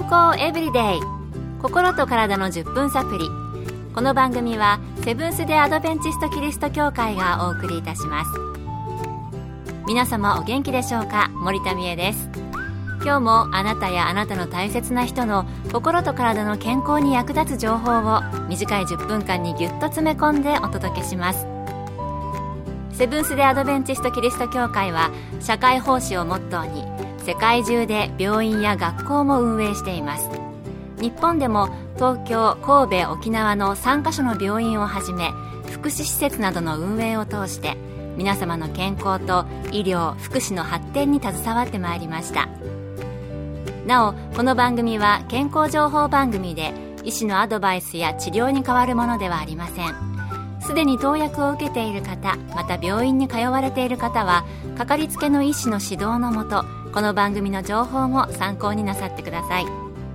康エブリデイ、心と体の10分サプリ。この番組はセブンス・デ・アドベンチスト・キリスト教会がお送りいたします。皆様お元気でしょうか。森田美恵です。今日もあなたやあなたの大切な人の心と体の健康に役立つ情報を短い10分間にぎゅっと詰め込んでお届けします。セブンス・デ・アドベンチスト・キリスト教会は社会奉仕をモットーに世界中で病院や学校も運営しています。日本でも東京、神戸、沖縄の3カ所の病院をはじめ福祉施設などの運営を通して皆様の健康と医療・福祉の発展に携わってまいりました。なお、この番組は健康情報番組で医師のアドバイスや治療に代わるものではありません。すでに投薬を受けている方、また病院に通われている方はかかりつけの医師の指導のもと、この番組の情報も参考になさってください。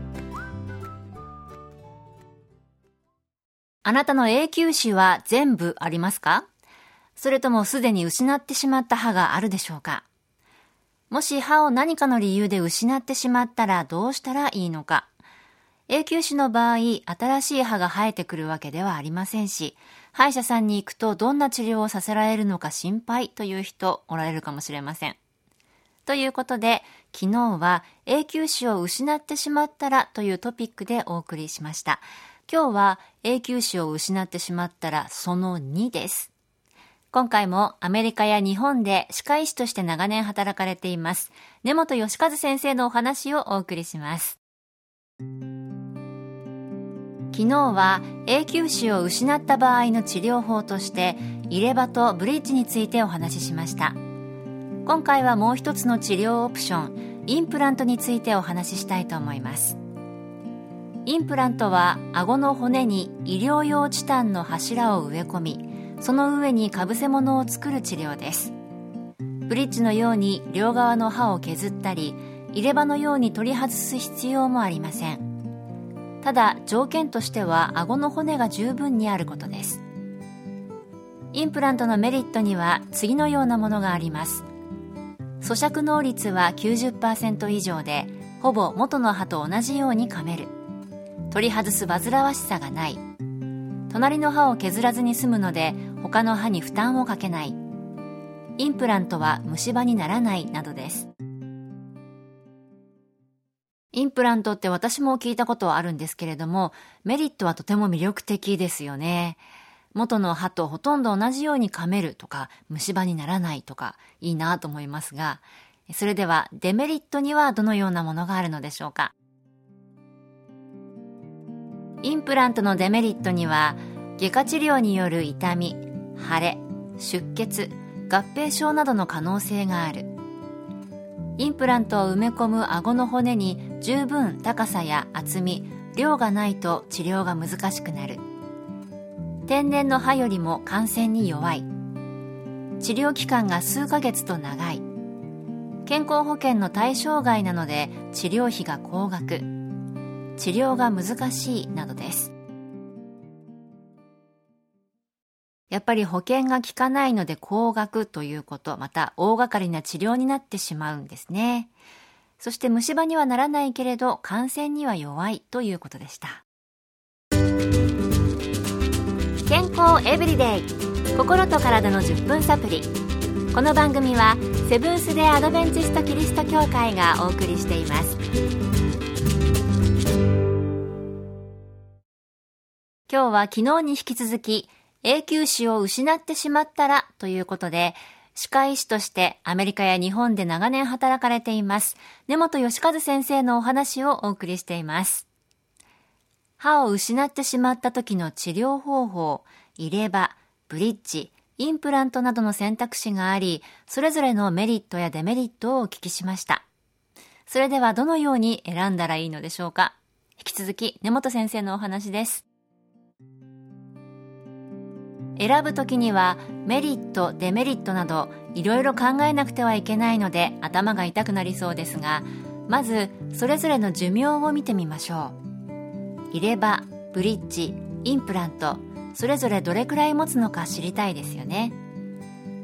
あなたの永久歯は全部ありますか？それともすでに失ってしまった歯があるでしょうか？もし歯を何かの理由で失ってしまったらどうしたらいいのか。永久歯の場合、新しい歯が生えてくるわけではありませんし、歯医者さんに行くとどんな治療をさせられるのか心配という人おられるかもしれません。ということで、昨日は永久歯を失ってしまったらというトピックでお送りしました。今日は永久歯を失ってしまったらその2です。今回もアメリカや日本で歯科医師として長年働かれています根本義和先生のお話をお送りします。昨日は永久歯を失った場合の治療法として入れ歯とブリッジについてお話ししました。今回はもう一つの治療オプション、インプラントについてお話ししたいと思います。インプラントは顎の骨に医療用チタンの柱を植え込み、その上にかぶせ物を作る治療です。ブリッジのように両側の歯を削ったり、入れ歯のように取り外す必要もありません。ただ条件としては顎の骨が十分にあることです。インプラントのメリットには次のようなものがあります。咀嚼能率は 90% 以上で、ほぼ元の歯と同じように噛める。取り外す煩わしさがない。隣の歯を削らずに済むので他の歯に負担をかけない。インプラントは虫歯にならないなどです。インプラントって私も聞いたことはあるんですけれども、メリットはとても魅力的ですよね。元の歯とほとんど同じように噛めるとか、虫歯にならないとか、いいなと思いますが、それではデメリットにはどのようなものがあるのでしょうか。インプラントのデメリットには、外科治療による痛み、腫れ、出血、合併症などの可能性がある。インプラントを埋め込む顎の骨に十分高さや厚み、量がないと治療が難しくなる。天然の歯よりも感染に弱い。治療期間が数ヶ月と長い。健康保険の対象外なので治療費が高額。治療が難しいなどです。やっぱり保険が効かないので高額ということ、また大掛かりな治療になってしまうんですね。そして虫歯にはならないけれど感染には弱いということでした。健康エブリデイ、心と体の10分サプリ。この番組はセブンス・デ・アドベンチスト・キリスト教会がお送りしています。今日は昨日に引き続き永久歯を失ってしまったらということで、歯科医師としてアメリカや日本で長年働かれています根本義和先生のお話をお送りしています。歯を失ってしまった時の治療方法、入れ歯、ブリッジ、インプラントなどの選択肢があり、それぞれのメリットやデメリットをお聞きしました。それではどのように選んだらいいのでしょうか。引き続き根本先生のお話です。選ぶときにはメリット、デメリットなどいろいろ考えなくてはいけないので頭が痛くなりそうですが、まずそれぞれの寿命を見てみましょう。入れ歯、ブリッジ、インプラント、それぞれどれくらい持つのか知りたいですよね。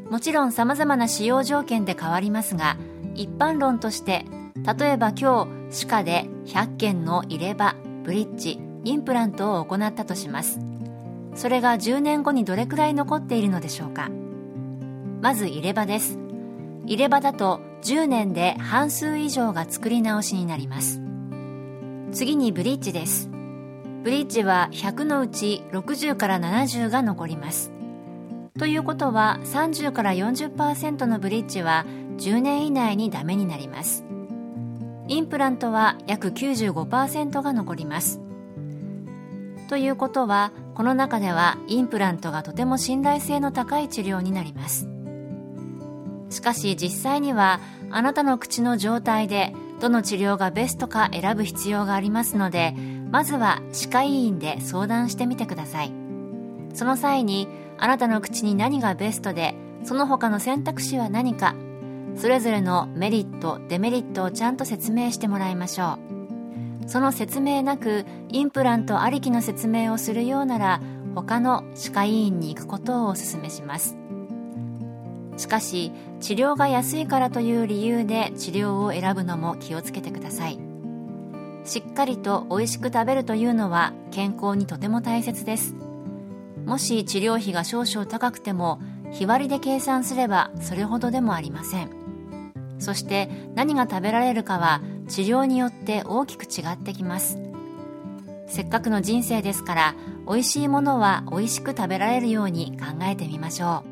もちろん様々な使用条件で変わりますが、一般論として、例えば今日歯科で100件の入れ歯、ブリッジ、インプラントを行ったとします。それが10年後にどれくらい残っているのでしょうか。まず入れ歯です。入れ歯だと10年で半数以上が作り直しになります。次にブリッジです。ブリッジは100のうち60から70が残ります。ということは30から 40% のブリッジは10年以内にダメになります。インプラントは約 95% が残ります。ということは、この中ではインプラントがとても信頼性の高い治療になります。しかし実際にはあなたの口の状態でどの治療がベストか選ぶ必要がありますので、まずは歯科医院で相談してみてください。その際にあなたの口に何がベストで、その他の選択肢は何か、それぞれのメリット、デメリットをちゃんと説明してもらいましょう。その説明なくインプラントありきの説明をするようなら、他の歯科医院に行くことをお勧めします。しかし治療が安いからという理由で治療を選ぶのも気をつけてください。しっかりと美味しく食べるというのは健康にとても大切です。もし治療費が少々高くても日割りで計算すればそれほどでもありません。そして何が食べられるかは治療によって大きく違ってきます。せっかくの人生ですから、美味しいものは美味しく食べられるように考えてみましょう。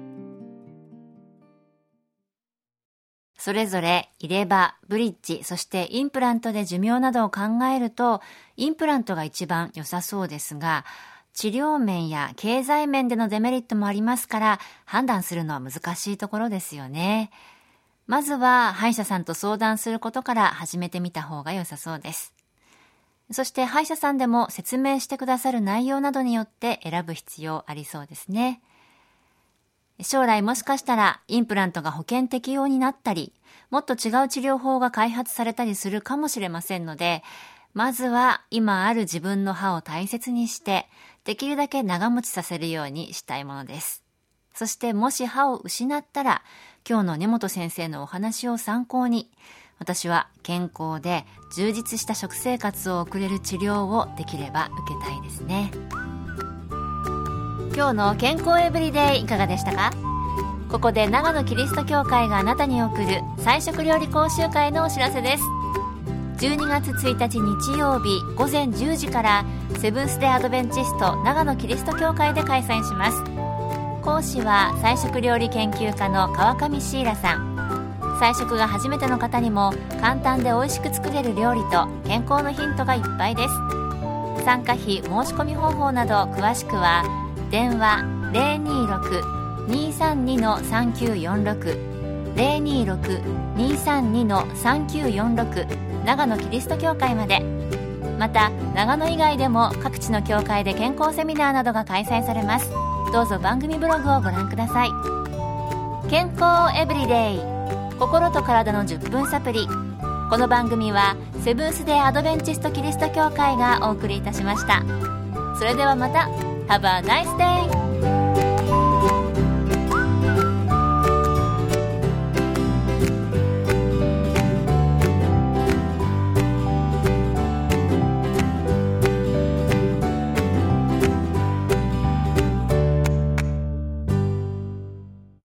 それぞれ入れ歯、ブリッジ、そしてインプラントで寿命などを考えると、インプラントが一番良さそうですが、治療面や経済面でのデメリットもありますから、判断するのは難しいところですよね。まずは歯医者さんと相談することから始めてみた方が良さそうです。そして歯医者さんでも説明してくださる内容などによって選ぶ必要ありそうですね。将来もしかしたらインプラントが保険適用になったり、もっと違う治療法が開発されたりするかもしれませんので、まずは今ある自分の歯を大切にして、できるだけ長持ちさせるようにしたいものです。そしてもし歯を失ったら、今日の根本先生のお話を参考に、私は健康で充実した食生活を送れる治療をできれば受けたいですね。今日の健康エブリデイいかがでしたか？ここで長野キリスト教会があなたに送る菜食料理講習会のお知らせです。12月1日日曜日午前10時からセブンス・デ・アドベンチスト長野キリスト教会で開催します。講師は菜食料理研究家の川上シーラさん。菜食が初めての方にも簡単で美味しく作れる料理と健康のヒントがいっぱいです。参加費、申し込み方法など詳しくは電話 026-232-3946 026-232-3946 長野キリスト教会まで。また長野以外でも各地の教会で健康セミナーなどが開催されます。どうぞ番組ブログをご覧ください。健康エブリデイ、心と体の10分サプリ。この番組はセブンス・デ・アドベンチスト・キリスト教会がお送りいたしました。それではまた。Have a nice day!